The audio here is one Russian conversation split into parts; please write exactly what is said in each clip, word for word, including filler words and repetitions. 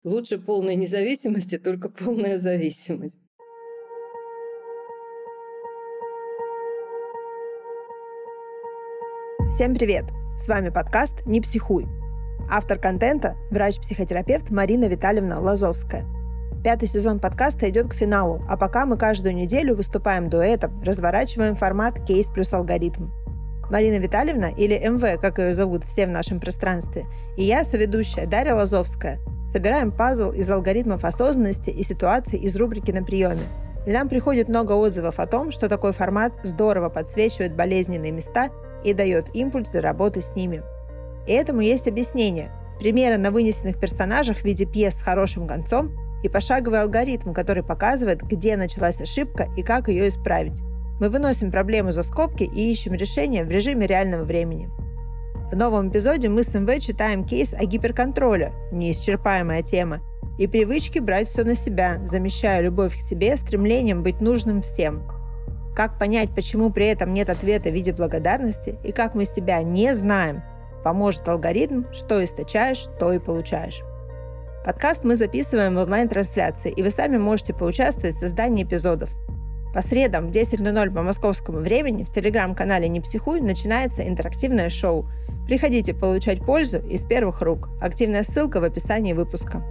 Лучше полной независимости, только полная зависимость. Всем привет! С вами подкаст «Не психуй». Автор контента – врач-психотерапевт Марина Витальевна Лазовская. Пятый сезон подкаста идет к финалу, а пока мы каждую неделю выступаем дуэтом, разворачиваем формат «Кейс плюс алгоритм». Марина Витальевна, или МВ, как ее зовут все в нашем пространстве, и я, соведущая Дарья Лазовская, собираем пазл из алгоритмов осознанности и ситуаций из рубрики «На приеме». И нам приходит много отзывов о том, что такой формат здорово подсвечивает болезненные места и дает импульс для работы с ними. И этому есть объяснение. Примеры на вынесенных персонажах в виде пьес с хорошим концом и пошаговый алгоритм, который показывает, где началась ошибка и как ее исправить. Мы выносим проблему за скобки и ищем решение в режиме реального времени. В новом эпизоде мы с МВ читаем кейс о гиперконтроле, неисчерпаемая тема, и привычке брать все на себя, замещая любовь к себе стремлением быть нужным всем. Как понять, почему при этом нет ответа в виде благодарности, и как мы себя не знаем, поможет алгоритм «Что источаешь, то и получаешь». Подкаст мы записываем в онлайн-трансляции, и вы сами можете поучаствовать в создании эпизодов. По средам в десять ноль ноль по московскому времени в телеграм-канале «Не психуй» начинается интерактивное шоу. Приходите получать пользу из первых рук. Активная ссылка в описании выпуска.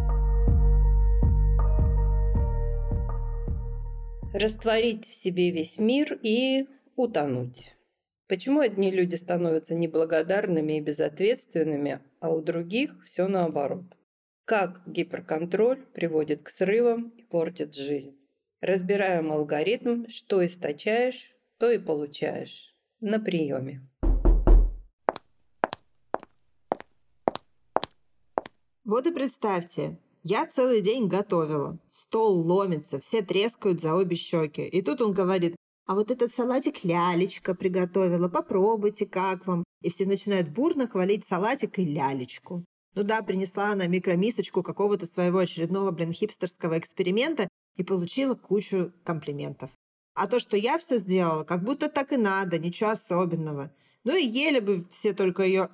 Растворить в себе весь мир и утонуть. Почему одни люди становятся неблагодарными и безответственными, а у других все наоборот? Как гиперконтроль приводит к срывам и портит жизнь? Разбираем алгоритм «Что источаешь, то и получаешь» на приеме. Вот и представьте, я целый день готовила. Стол ломится, все трескают за обе щеки. И тут он говорит: а вот этот салатик лялечка приготовила, попробуйте, как вам. И все начинают бурно хвалить салатик и лялечку. Ну да, принесла она микромисочку какого-то своего очередного, блин, хипстерского эксперимента и получила кучу комплиментов. А то, что я все сделала, как будто так и надо, ничего особенного. Ну и ели бы все только ее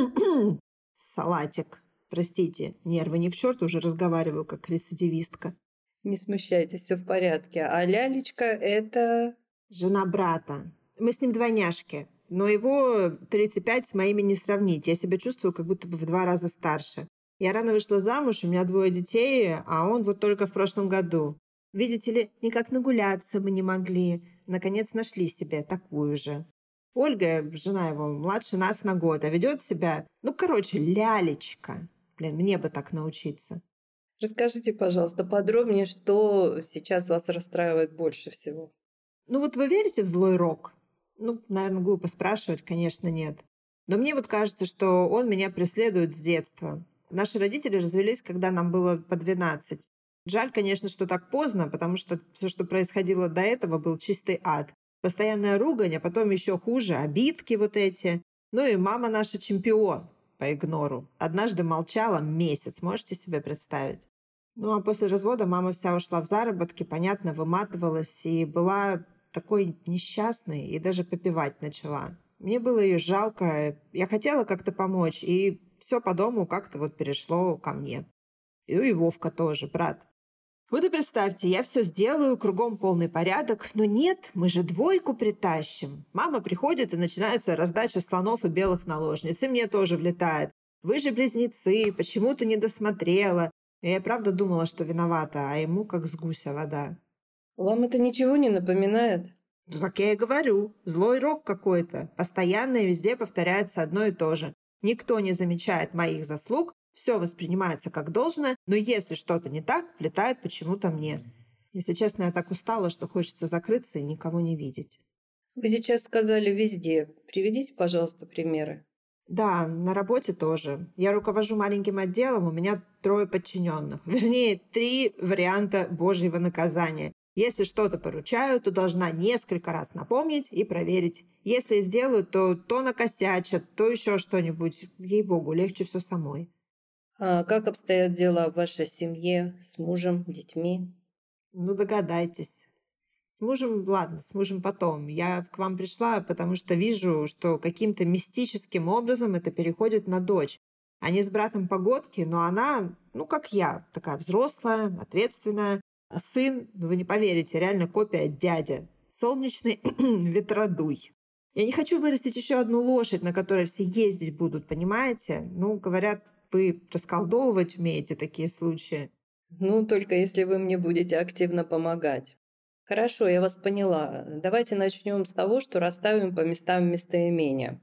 салатик. Простите, нервы не к черту, уже разговариваю как рецидивистка. Не смущайтесь, все в порядке. А лялечка – это… Жена брата. Мы с ним двойняшки. Но его тридцать пять с моими не сравнить. Я себя чувствую как будто бы в два раза старше. Я рано вышла замуж, у меня двое детей, а он вот только в прошлом году. Видите ли, никак нагуляться мы не могли. Наконец нашли себе такую же. Ольга, жена его, младше нас на год, а ведет себя, ну, короче, лялечка. Блин, мне бы так научиться. Расскажите, пожалуйста, подробнее, что сейчас вас расстраивает больше всего. Ну вот вы верите в злой рок? Ну, наверное, глупо спрашивать, конечно, нет. Но мне вот кажется, что он меня преследует с детства. Наши родители развелись, когда нам было по двенадцать. Жаль, конечно, что так поздно, потому что все, что происходило до этого, был чистый ад. Постоянная ругань, а потом еще хуже, обидки вот эти. Ну и мама наша чемпион по игнору. Однажды молчала месяц, можете себе представить? Ну а после развода мама вся ушла в заработки, понятно, выматывалась и была такой несчастной, и даже попивать начала. Мне было ее жалко, я хотела как-то помочь, и все по дому как-то вот перешло ко мне. И, и Вовка тоже, брат. Вот и представьте, я все сделаю, кругом полный порядок, но нет, мы же двойку притащим. Мама приходит, и начинается раздача слонов и белых наложниц, и мне тоже влетает. Вы же близнецы, почему ты не досмотрела? Я и правда думала, что виновата, а ему как с гуся вода. Вам это ничего не напоминает? Ну так я и говорю, злой рок какой-то. Постоянно и везде повторяется одно и то же. Никто не замечает моих заслуг, все воспринимается как должное, но если что-то не так, влетает почему-то мне. Если честно, я так устала, что хочется закрыться и никого не видеть. Вы сейчас сказали «везде». Приведите, пожалуйста, примеры. Да, на работе тоже. Я руковожу маленьким отделом, у меня трое подчиненных. Вернее, три варианта Божьего наказания. Если что-то поручаю, то должна несколько раз напомнить и проверить. Если сделаю, то то накосячат, то еще что-нибудь. Ей-богу, легче все самой. А как обстоят дела в вашей семье с мужем, детьми? Ну, догадайтесь. С мужем, ладно, с мужем потом. Я к вам пришла, потому что вижу, что каким-то мистическим образом это переходит на дочь. Они с братом погодки, но она, ну, как я, такая взрослая, ответственная. А сын, ну, вы не поверите, реально копия дяди. Солнечный ветродуй. Я не хочу вырастить еще одну лошадь, на которой все ездить будут, понимаете? Ну, говорят, вы расколдовывать умеете такие случаи. Ну, только если вы мне будете активно помогать. Хорошо, я вас поняла. Давайте начнем с того, что расставим по местам местоимения.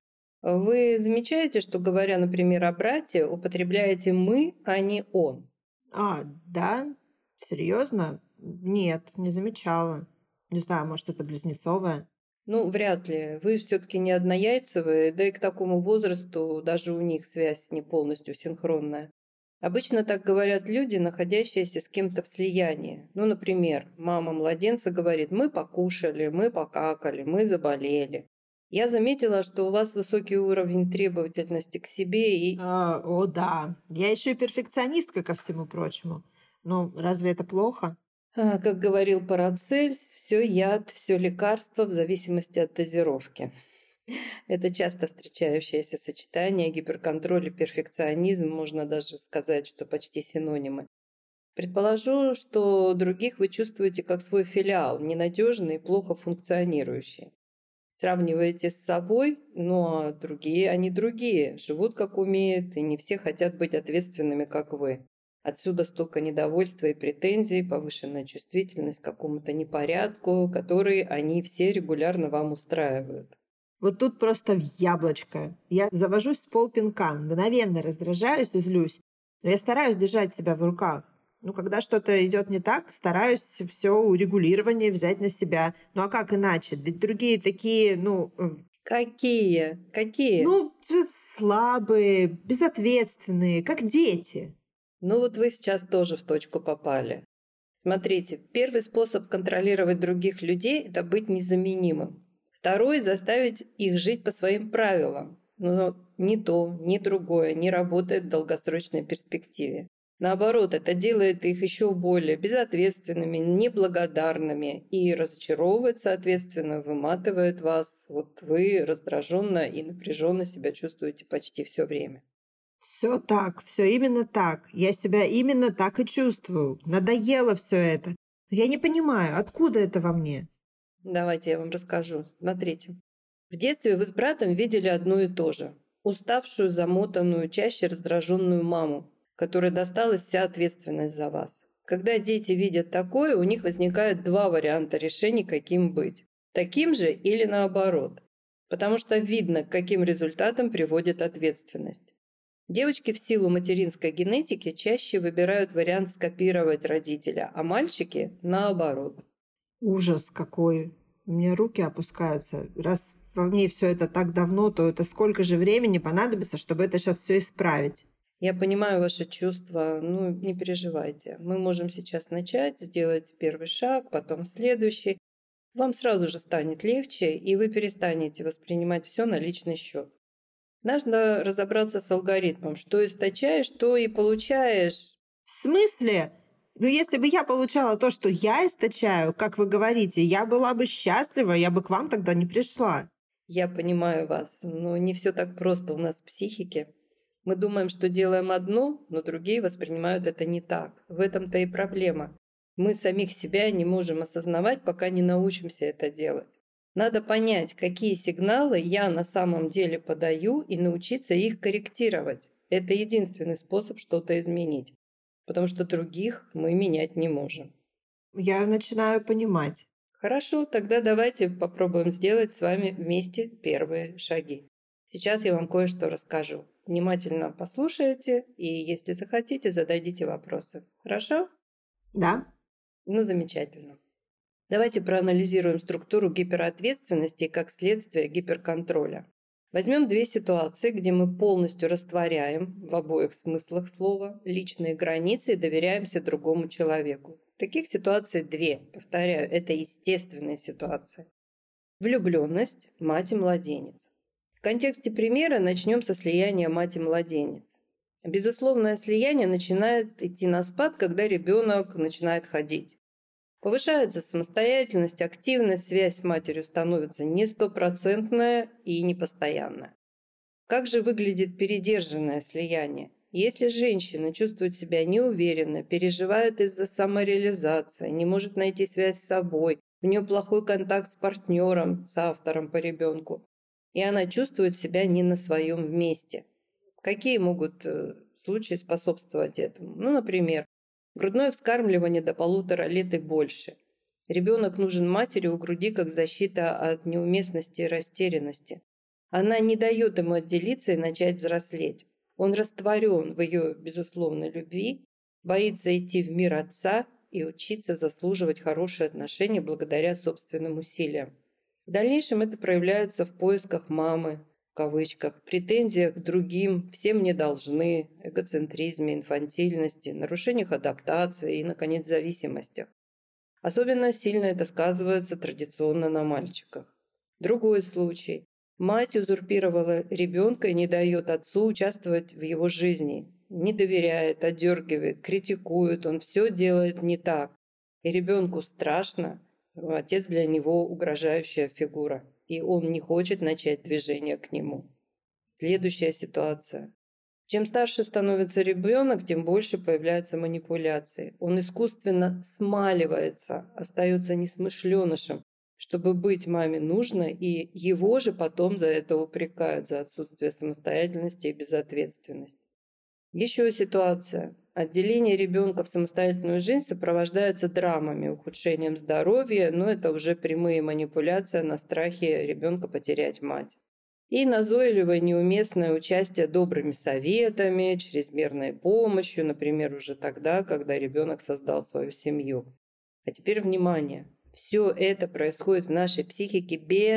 Вы замечаете, что, говоря, например, о брате, употребляете «мы», а не «он»? А, да? Серьезно? Нет, не замечала. Не знаю, может, это близнецовое. Ну, вряд ли. Вы все-таки не однояйцевые, да и к такому возрасту даже у них связь не полностью синхронная. Обычно так говорят люди, находящиеся с кем-то в слиянии. Ну, например, мама младенца говорит: «Мы покушали, мы покакали, мы заболели». Я заметила, что у вас высокий уровень требовательности к себе и... А, о, да. Я еще и перфекционистка, ко всему прочему. Ну, разве это плохо? А, Как говорил Парацельс, все яд, все лекарство в зависимости от дозировки. Это часто встречающееся сочетание: гиперконтроль и перфекционизм, можно даже сказать, что почти синонимы. Предположу, что других вы чувствуете как свой филиал, ненадежный и плохо функционирующий. Сравниваете с собой, ну а другие, они другие, живут как умеют, и не все хотят быть ответственными, как вы. Отсюда столько недовольства и претензий, повышенная чувствительность к какому-то непорядку, который они все регулярно вам устраивают. Вот тут просто в яблочко. Я завожусь с полпинка, мгновенно раздражаюсь и злюсь. Но я стараюсь держать себя в руках. Ну, когда что-то идет не так, стараюсь все урегулирование взять на себя. Ну, а как иначе? Ведь другие такие, ну, м, Какие? Какие? ну, слабые, безответственные, как дети. Ну вот вы сейчас тоже в точку попали. Смотрите, первый способ контролировать других людей – это быть незаменимым. Второй – заставить их жить по своим правилам. Но ни то, ни другое не работает в долгосрочной перспективе. Наоборот, это делает их еще более безответственными, неблагодарными и разочаровывает, соответственно, выматывает вас. Вот вы раздраженно и напряженно себя чувствуете почти все время. Все так, все именно так. Я себя именно так и чувствую. Надоело все это. Но я не понимаю, откуда это во мне? Давайте я вам расскажу. Смотрите. В детстве вы с братом видели одно и то же. Уставшую, замотанную, чаще раздраженную маму, которой досталась вся ответственность за вас. Когда дети видят такое, у них возникает два варианта решений, каким быть. Таким же или наоборот. Потому что видно, к каким результатам приводит ответственность. Девочки в силу материнской генетики чаще выбирают вариант скопировать родителя, а мальчики наоборот. Ужас какой. У меня руки опускаются. Раз во мне все это так давно, то это сколько же времени понадобится, чтобы это сейчас все исправить? Я понимаю ваши чувства, ну не переживайте. Мы можем сейчас начать, сделать первый шаг, потом следующий. Вам сразу же станет легче, и вы перестанете воспринимать все на личный счет. Нужно разобраться с алгоритмом. Что источаешь, то и получаешь. В смысле? Ну, если бы я получала то, что я источаю, как вы говорите, я была бы счастлива, я бы к вам тогда не пришла. Я понимаю вас, но не все так просто у нас в психике. Мы думаем, что делаем одно, но другие воспринимают это не так. В этом-то и проблема. Мы самих себя не можем осознавать, пока не научимся это делать. Надо понять, какие сигналы я на самом деле подаю, и научиться их корректировать. Это единственный способ что-то изменить, потому что других мы менять не можем. Я начинаю понимать. Хорошо, тогда давайте попробуем сделать с вами вместе первые шаги. Сейчас я вам кое-что расскажу. Внимательно послушайте, и если захотите, зададите вопросы. Хорошо? Да? Ну, замечательно. Давайте проанализируем структуру гиперответственности и, как следствие, гиперконтроля. Возьмем две ситуации, где мы полностью растворяем, в обоих смыслах слова, личные границы и доверяемся другому человеку. Таких ситуаций две. Повторяю, это естественные ситуации. Влюбленность, мать и младенец. В контексте примера начнем со слияния мать и младенец. Безусловное слияние начинает идти на спад, когда ребенок начинает ходить. Повышается самостоятельность, активность, связь с матерью становится не стопроцентная и непостоянная. Как же выглядит передержанное слияние? Если женщина чувствует себя неуверенно, переживает из-за самореализации, не может найти связь с собой, у нее плохой контакт с партнером, с автором по ребенку, и она чувствует себя не на своем месте. Какие могут э, случаи способствовать этому? Ну, например, грудное вскармливание до полутора лет и больше. Ребенок нужен матери у груди как защита от неуместности и растерянности. Она не дает ему отделиться и начать взрослеть. Он растворен в ее безусловной любви, боится идти в мир отца и учиться заслуживать хорошие отношения благодаря собственным усилиям. В дальнейшем это проявляется в поисках мамы, в кавычках, претензиях к другим, всем не должны, эгоцентризме, инфантильности, нарушениях адаптации и, наконец, зависимостях. Особенно сильно это сказывается традиционно на мальчиках. Другой случай. Мать узурпировала ребенка и не дает отцу участвовать в его жизни. Не доверяет, отдергивает, критикует, он все делает не так. И ребенку страшно, отец для него угрожающая фигура, и он не хочет начать движение к нему. Следующая ситуация. Чем старше становится ребенок, тем больше появляются манипуляции. Он искусственно смаливается, остается несмышленышем, чтобы быть маме нужно, и его же потом за это упрекают, за отсутствие самостоятельности и безответственность. Еще ситуация. Отделение ребенка в самостоятельную жизнь сопровождается драмами, ухудшением здоровья, но это уже прямые манипуляции на страхе ребенка потерять мать. И назойливое неуместное участие добрыми советами, чрезмерной помощью, например, уже тогда, когда ребенок создал свою семью. А теперь внимание. Все это происходит в нашей психике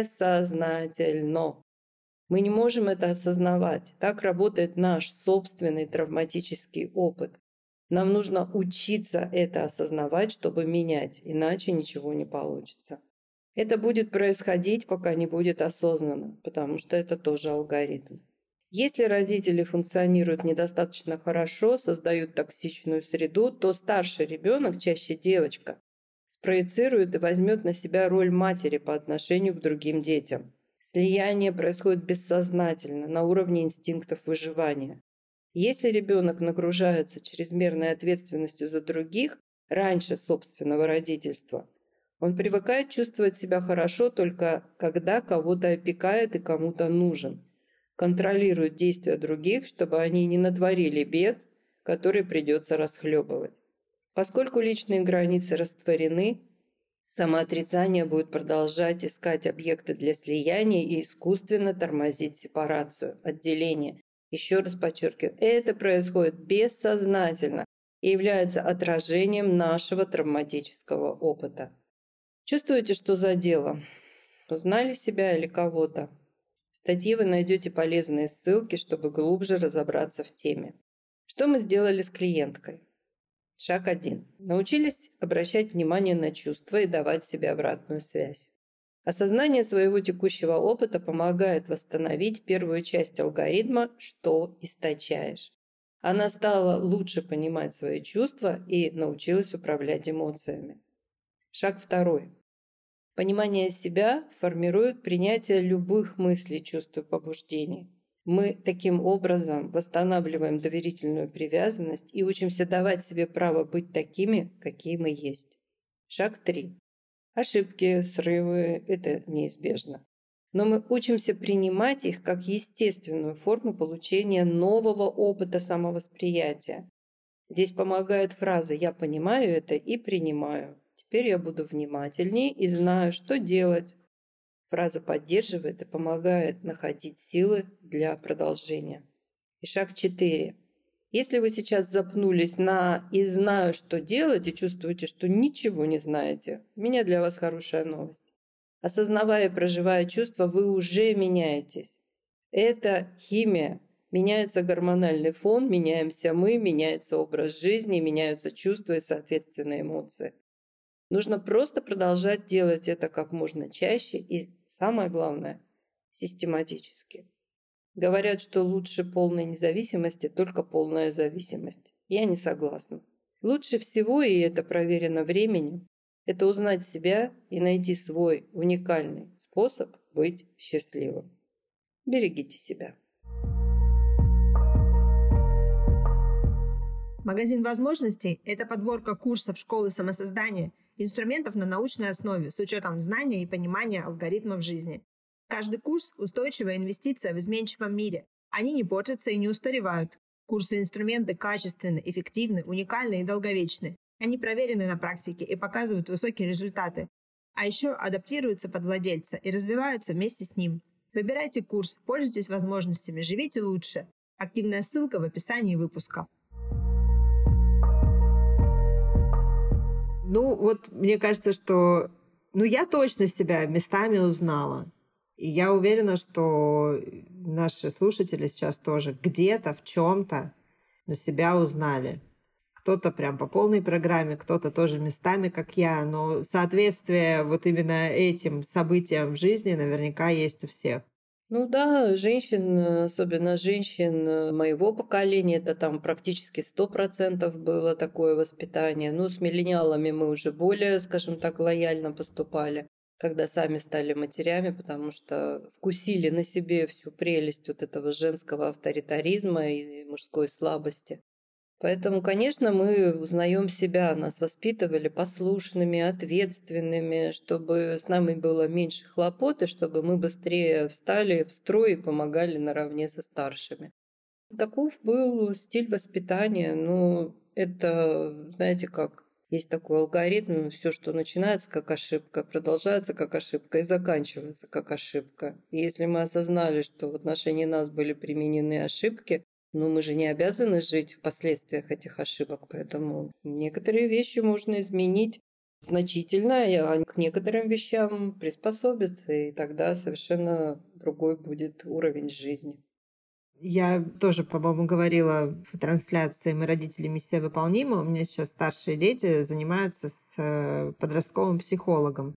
бессознательно. Мы не можем это осознавать. Так работает наш собственный травматический опыт. Нам нужно учиться это осознавать, чтобы менять, иначе ничего не получится. Это будет происходить, пока не будет осознанно, потому что это тоже алгоритм. Если родители функционируют недостаточно хорошо, создают токсичную среду, то старший ребенок, чаще девочка, спроецирует и возьмет на себя роль матери по отношению к другим детям. Слияние происходит бессознательно, на уровне инстинктов выживания. Если ребенок нагружается чрезмерной ответственностью за других раньше собственного родительства, он привыкает чувствовать себя хорошо только когда кого-то опекает и кому-то нужен. Контролирует действия других, чтобы они не натворили бед, которые придется расхлебывать. Поскольку личные границы растворены, самоотрицание будет продолжать искать объекты для слияния и искусственно тормозить сепарацию, отделение. Еще раз подчеркиваю, это происходит бессознательно и является отражением нашего травматического опыта. Чувствуете, что задело? Узнали себя или кого-то? В статье вы найдете полезные ссылки, чтобы глубже разобраться в теме. Что мы сделали с клиенткой? Шаг один. Научились обращать внимание на чувства и давать себе обратную связь. Осознание своего текущего опыта помогает восстановить первую часть алгоритма «что источаешь». Она стала лучше понимать свои чувства и научилась управлять эмоциями. Шаг второй. Понимание себя формирует принятие любых мыслей, чувств и побуждений. Мы таким образом восстанавливаем доверительную привязанность и учимся давать себе право быть такими, какие мы есть. Шаг три. Ошибки, срывы – это неизбежно. Но мы учимся принимать их как естественную форму получения нового опыта самовосприятия. Здесь помогает фраза «я понимаю это и принимаю». Теперь я буду внимательнее и знаю, что делать. Фраза поддерживает и помогает находить силы для продолжения. И шаг четыре. Если вы сейчас запнулись на «и знаю, что делать» и чувствуете, что ничего не знаете, у меня для вас хорошая новость. Осознавая и проживая чувства, вы уже меняетесь. Это химия. Меняется гормональный фон, меняемся мы, меняется образ жизни, меняются чувства и, соответственно, эмоции. Нужно просто продолжать делать это как можно чаще и, самое главное, систематически. Говорят, что лучше полной независимости только полная зависимость. Я не согласна. Лучше всего, и это проверено временем, это узнать себя и найти свой уникальный способ быть счастливым. Берегите себя. Магазин возможностей – это подборка курсов школы самосоздания, инструментов на научной основе с учетом знания и понимания алгоритмов жизни. Каждый курс – устойчивая инвестиция в изменчивом мире. Они не портятся и не устаревают. Курсы и инструменты качественны, эффективны, уникальны и долговечны. Они проверены на практике и показывают высокие результаты. А еще адаптируются под владельца и развиваются вместе с ним. Выбирайте курс, пользуйтесь возможностями, живите лучше. Активная ссылка в описании выпуска. Ну, вот мне кажется, что ну, я точно себя местами узнала. И я уверена, что наши слушатели сейчас тоже где-то, в чем-то на себя узнали. Кто-то прям по полной программе, кто-то тоже местами, как я. Но соответствие вот именно этим событиям в жизни наверняка есть у всех. Ну да, женщин, особенно женщин моего поколения, это там практически сто процентов было такое воспитание. Ну, с миллениалами мы уже более, скажем так, лояльно поступали, когда сами стали матерями, потому что вкусили на себе всю прелесть вот этого женского авторитаризма и мужской слабости. Поэтому, конечно, мы узнаем себя, нас воспитывали послушными, ответственными, чтобы с нами было меньше хлопот, и чтобы мы быстрее встали в строй и помогали наравне со старшими. Таков был стиль воспитания. Ну, это, знаете как, есть такой алгоритм, все, что начинается как ошибка, продолжается как ошибка и заканчивается как ошибка. И если мы осознали, что в отношении нас были применены ошибки, но мы же не обязаны жить в последствиях этих ошибок, поэтому некоторые вещи можно изменить значительно, а к некоторым вещам приспособиться, и тогда совершенно другой будет уровень жизни. Я тоже, по-моему, говорила в трансляции «Мы родители, миссия выполнима». У меня сейчас старшие дети занимаются с подростковым психологом.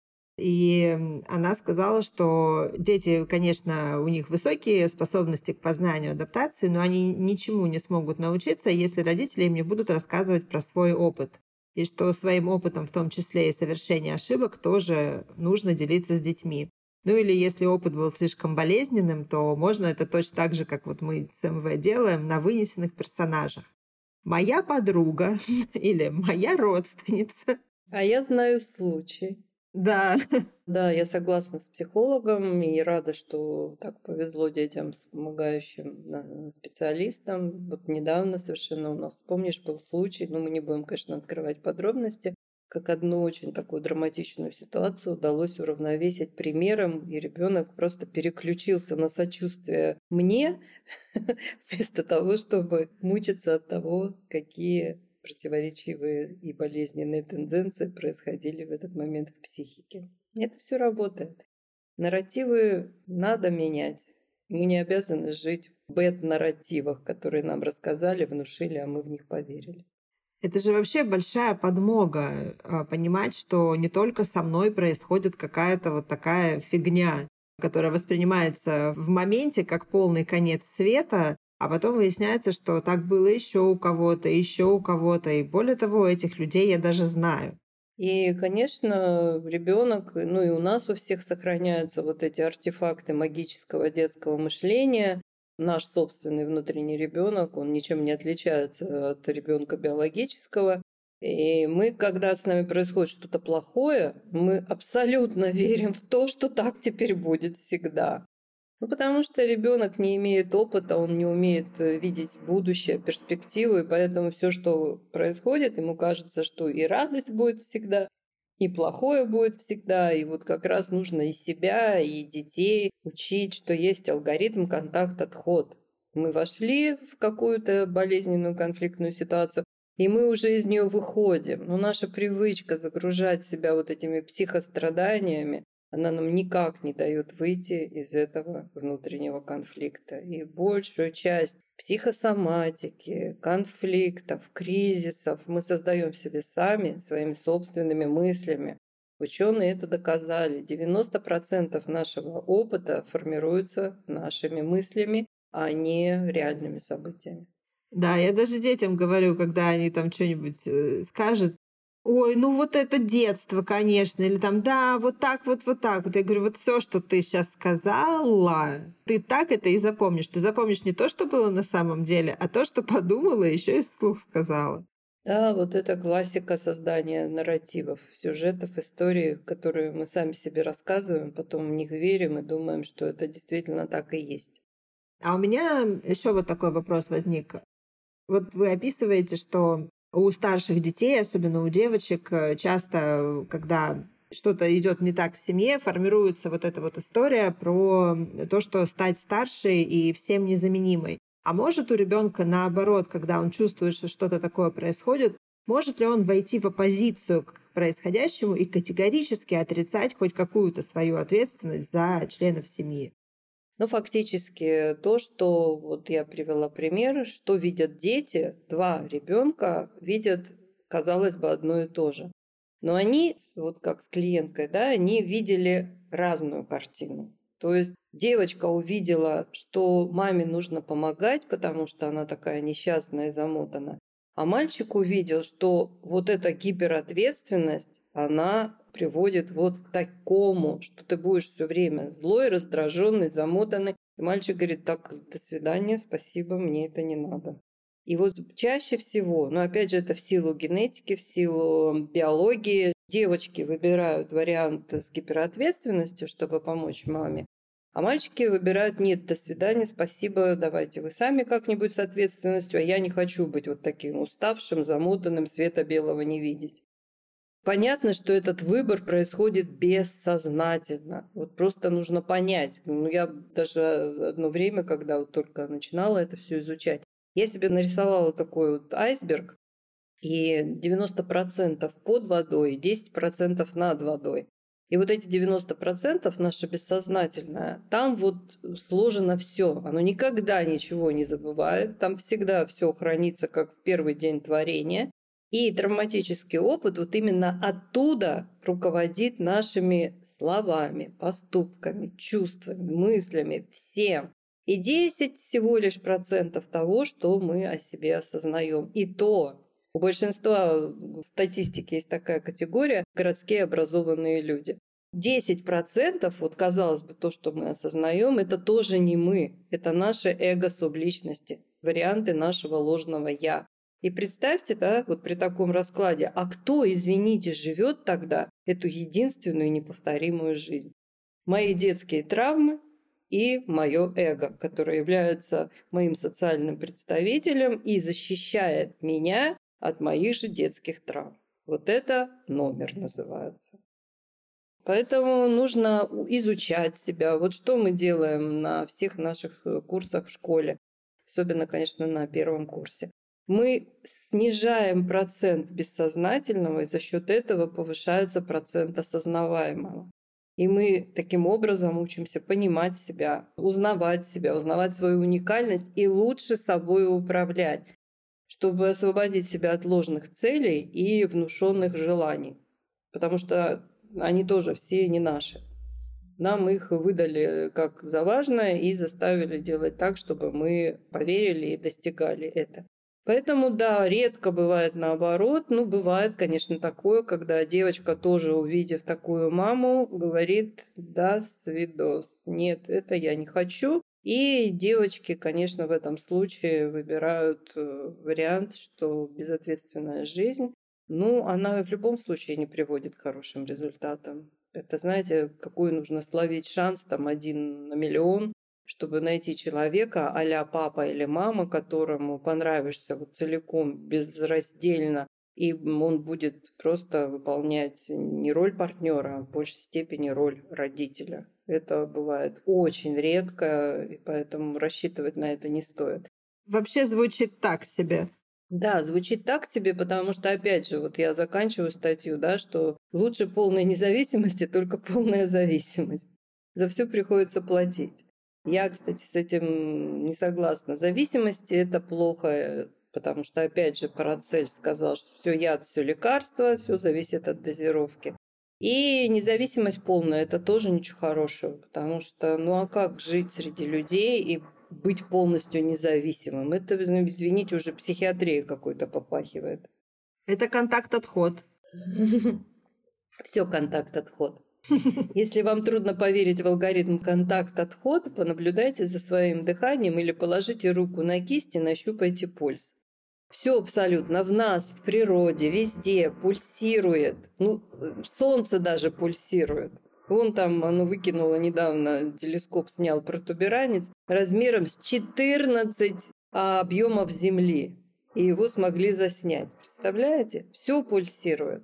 И она сказала, что дети, конечно, у них высокие способности к познанию, адаптации, но они ничему не смогут научиться, если родители им не будут рассказывать про свой опыт. И что своим опытом, в том числе и совершения ошибок, тоже нужно делиться с детьми. Ну или если опыт был слишком болезненным, то можно это точно так же, как вот мы с МВ делаем, на вынесенных персонажах. Моя подруга или моя родственница. А я знаю случай. Да. Да, я согласна с психологом и рада, что так повезло детям с помогающим специалистам. Вот недавно совершенно у нас, помнишь, был случай, но мы не будем, конечно, открывать подробности, как одну очень такую драматичную ситуацию удалось уравновесить примером, и ребенок просто переключился на сочувствие мне, вместо того, чтобы мучиться от того, какие противоречивые и болезненные тенденции происходили в этот момент в психике. Это все работает. Нарративы надо менять. Мы не обязаны жить в бэд-нарративах, которые нам рассказали, внушили, а мы в них поверили. Это же вообще большая подмога, понимать, что не только со мной происходит какая-то вот такая фигня, которая воспринимается в моменте как полный конец света, а потом выясняется, что так было еще у кого-то, еще у кого-то. И более того, этих людей я даже знаю. И, конечно, ребенок, ну и у нас у всех сохраняются вот эти артефакты магического детского мышления. Наш собственный внутренний ребенок, он ничем не отличается от ребенка биологического. И мы, когда с нами происходит что-то плохое, мы абсолютно верим в то, что так теперь будет всегда. Ну, потому что ребенок не имеет опыта, он не умеет видеть будущее, перспективу, и поэтому все, что происходит, ему кажется, что и радость будет всегда, и плохое будет всегда, и вот как раз нужно и себя, и детей учить, что есть алгоритм контакт-отход. Мы вошли в какую-то болезненную конфликтную ситуацию, и мы уже из нее выходим. Но наша привычка загружать себя вот этими психостраданиями, она нам никак не дает выйти из этого внутреннего конфликта. И большую часть психосоматики, конфликтов, кризисов мы создаем себе сами, своими собственными мыслями. Ученые это доказали. девяносто процентов нашего опыта формируется нашими мыслями, а не реальными событиями. Да, я даже детям говорю, когда они там что-нибудь скажут: Ой, ну вот это детство, конечно. Или там, да, вот так вот, вот так вот. Я говорю, вот все, что ты сейчас сказала, ты так это и запомнишь. Ты запомнишь не то, что было на самом деле, а то, что подумала, еще и вслух сказала. Да, вот это классика создания нарративов, сюжетов, историй, которые мы сами себе рассказываем, потом в них верим и думаем, что это действительно так и есть. А у меня еще вот такой вопрос возник. Вот вы описываете, что у старших детей, особенно у девочек, э, часто, когда что-то идет не так в семье, формируется вот эта вот история про то, что стать старшей и всем незаменимой. А может у ребенка наоборот, когда он чувствует, что что-то такое происходит, может ли он войти в оппозицию к происходящему и категорически отрицать хоть какую-то свою ответственность за членов семьи? Но фактически то, что вот я привела пример, что видят дети, два ребенка видят, казалось бы, одно и то же. Но они, вот как с клиенткой, да, они видели разную картину. То есть девочка увидела, что маме нужно помогать, потому что она такая несчастная и замотана. А мальчик увидел, что вот эта гиперответственность, она приводит вот к такому, что ты будешь все время злой, раздраженный, замотанный. И мальчик говорит, так, до свидания, спасибо, мне это не надо. И вот чаще всего, но опять же это в силу генетики, в силу биологии, девочки выбирают вариант с гиперответственностью, чтобы помочь маме, а мальчики выбирают нет, до свидания, спасибо, давайте вы сами как-нибудь с ответственностью, а я не хочу быть вот таким уставшим, замотанным, света белого не видеть. Понятно, что этот выбор происходит бессознательно. Вот просто нужно понять. Ну, я даже одно время, когда вот только начинала это все изучать, я себе нарисовала такой вот айсберг, и девяносто процентов под водой, десять процентов над водой. И вот эти девяносто процентов наше бессознательное, там вот сложено все. Оно никогда ничего не забывает. Там всегда все хранится, как в первый день творения. И травматический опыт вот именно оттуда руководит нашими словами, поступками, чувствами, мыслями, всем. И десять всего лишь процентов того, что мы о себе осознаем. И то у большинства в статистике есть такая категория – городские образованные люди. десять процентов, вот казалось бы, то, что мы осознаем, это тоже не мы. Это наше эго-субличности, варианты нашего ложного «я». И представьте, да, вот при таком раскладе, а кто, извините, живет тогда эту единственную неповторимую жизнь? Мои детские травмы и мое эго, которое является моим социальным представителем и защищает меня от моих же детских травм. Вот это номер называется. Поэтому нужно изучать себя. Вот что мы делаем на всех наших курсах в школе, особенно, конечно, на первом курсе. Мы снижаем процент бессознательного, и за счет этого повышается процент осознаваемого. И мы таким образом учимся понимать себя, узнавать себя, узнавать свою уникальность и лучше собой управлять, чтобы освободить себя от ложных целей и внушенных желаний. Потому что они тоже все не наши. Нам их выдали как за важное и заставили делать так, чтобы мы поверили и достигали это. Поэтому, да, редко бывает наоборот. Ну, бывает, конечно, такое, когда девочка, тоже увидев такую маму, говорит «да, свидос». Нет, это я не хочу. И девочки, конечно, в этом случае выбирают вариант, что безответственная жизнь, ну, она в любом случае не приводит к хорошим результатам. Это, знаете, какой нужно словить шанс, там, один на миллион, чтобы найти человека а-ля папа или мама, которому понравишься вот целиком, безраздельно, и он будет просто выполнять не роль партнера, а в большей степени роль родителя. Это бывает очень редко, и поэтому рассчитывать на это не стоит. Вообще звучит так себе. Да, звучит так себе, потому что, опять же, вот я заканчиваю статью, да, что лучше полная независимость, и только полная зависимость. За все приходится платить. Я, кстати, с этим не согласна. Зависимости – это плохо, потому что, опять же, Парацельс сказал, что все яд, все лекарство, все зависит от дозировки. И независимость полная – это тоже ничего хорошего, потому что, ну а как жить среди людей и быть полностью независимым? Это, извините, уже психиатрия какой-то попахивает. Это контакт-отход. Все, контакт-отход. Если вам трудно поверить в алгоритм контакт-отход, понаблюдайте за своим дыханием или положите руку на кисть и нащупайте пульс. Все абсолютно в нас, в природе, везде пульсирует. Ну, солнце даже пульсирует. Вон там оно выкинуло недавно, телескоп снял протуберанец размером с четырнадцать объемов Земли. И его смогли заснять. Представляете? Все пульсирует.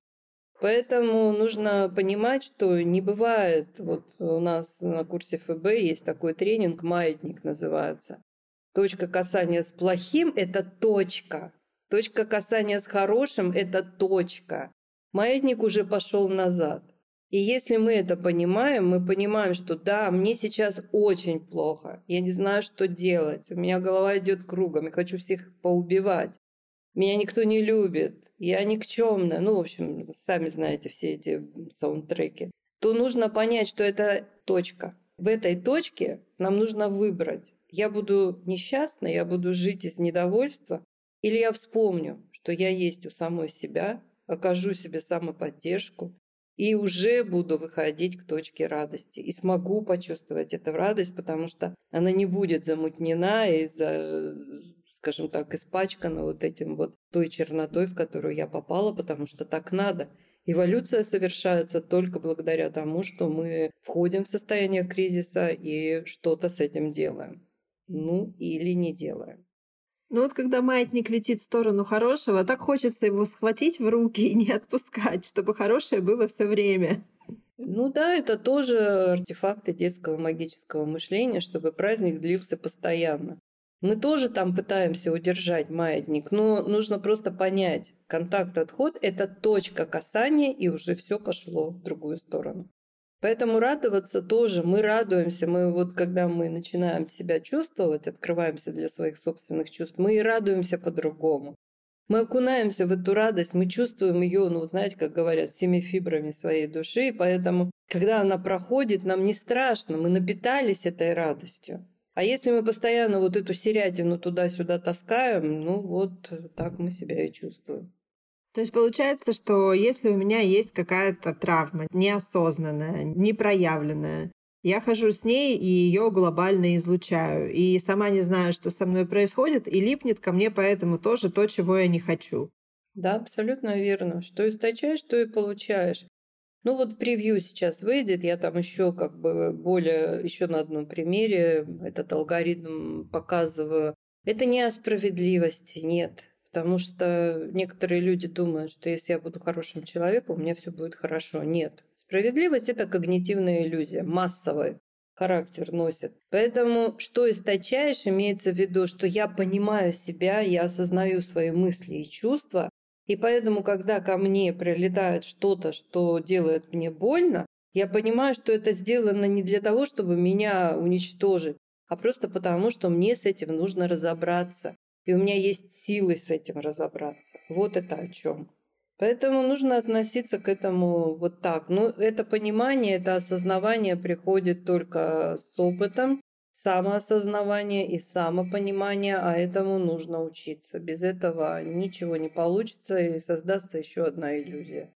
Поэтому нужно понимать, что не бывает. Вот у нас на курсе эф бэ есть такой тренинг, маятник называется. Точка касания с плохим – это точка. Точка касания с хорошим – это точка. Маятник уже пошел назад. И если мы это понимаем, мы понимаем, что да, мне сейчас очень плохо. Я не знаю, что делать. У меня голова идет кругом. Я хочу всех поубивать. Меня никто не любит. Я никчемная. Ну, в общем, сами знаете все эти саундтреки. То нужно понять, что это точка. В этой точке нам нужно выбрать. Я буду несчастна, я буду жить из недовольства, или я вспомню, что я есть у самой себя, окажу себе самоподдержку и уже буду выходить к точке радости. И смогу почувствовать эту радость, потому что она не будет замутнена из-за, скажем так, испачкана вот этим вот той чернотой, в которую я попала, потому что так надо. Эволюция совершается только благодаря тому, что мы входим в состояние кризиса и что-то с этим делаем. Ну, или не делаем. Ну вот когда маятник летит в сторону хорошего, так хочется его схватить в руки и не отпускать, чтобы хорошее было все время. Ну да, это тоже артефакты детского магического мышления, чтобы праздник длился постоянно. Мы тоже там пытаемся удержать маятник, но нужно просто понять, контакт-отход – это точка касания, и уже все пошло в другую сторону. Поэтому радоваться тоже, мы радуемся, мы вот когда мы начинаем себя чувствовать, открываемся для своих собственных чувств, мы и радуемся по-другому. Мы окунаемся в эту радость, мы чувствуем ее, ну, знаете, как говорят, всеми фибрами своей души, и поэтому, когда она проходит, нам не страшно, мы напитались этой радостью. А если мы постоянно вот эту серятину туда-сюда таскаем, ну вот так мы себя и чувствуем. То есть получается, что если у меня есть какая-то травма неосознанная, непроявленная, я хожу с ней и ее глобально излучаю, и сама не знаю, что со мной происходит, и липнет ко мне поэтому тоже то, чего я не хочу. Да, абсолютно верно. Что источаешь, то и получаешь. Ну вот превью сейчас выйдет, я там еще как бы более, еще на одном примере этот алгоритм показываю. Это не о справедливости, нет. Потому что некоторые люди думают, что если я буду хорошим человеком, у меня все будет хорошо. Нет. Справедливость – это когнитивная иллюзия, массовый характер носит. Поэтому что источаешь, имеется в виду, что я понимаю себя, я осознаю свои мысли и чувства, и поэтому, когда ко мне прилетает что-то, что делает мне больно, я понимаю, что это сделано не для того, чтобы меня уничтожить, а просто потому, что мне с этим нужно разобраться. И у меня есть силы с этим разобраться. Вот это о чем. Поэтому нужно относиться к этому вот так. Но это понимание, это осознавание приходит только с опытом, самоосознавание и самопонимание, а этому нужно учиться. Без этого ничего не получится и создастся еще одна иллюзия.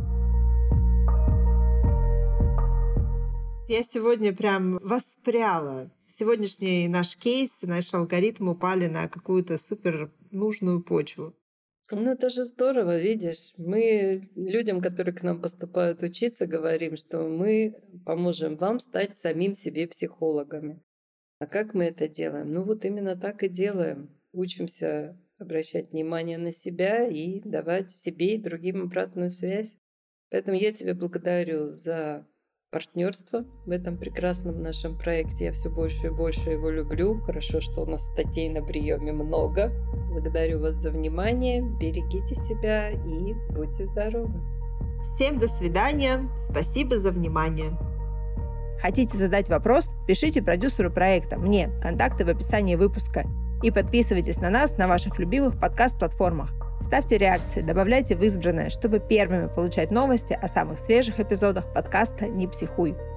Я сегодня прям воспряла. Сегодняшний наш кейс, наш алгоритм упали на какую-то супер нужную почву. Ну, это же здорово, видишь. Мы людям, которые к нам поступают учиться, говорим, что мы поможем вам стать самим себе психологами. А как мы это делаем? Ну, вот именно так и делаем. Учимся обращать внимание на себя и давать себе и другим обратную связь. Поэтому я тебя благодарю за партнерство в этом прекрасном нашем проекте. Я все больше и больше его люблю. Хорошо, что у нас статей на приеме много. Благодарю вас за внимание. Берегите себя и будьте здоровы. Всем до свидания. Спасибо за внимание. Хотите задать вопрос? Пишите продюсеру проекта, мне, контакты в описании выпуска. И подписывайтесь на нас на ваших любимых подкаст-платформах. Ставьте реакции, добавляйте в избранное, чтобы первыми получать новости о самых свежих эпизодах подкаста «Не психуй».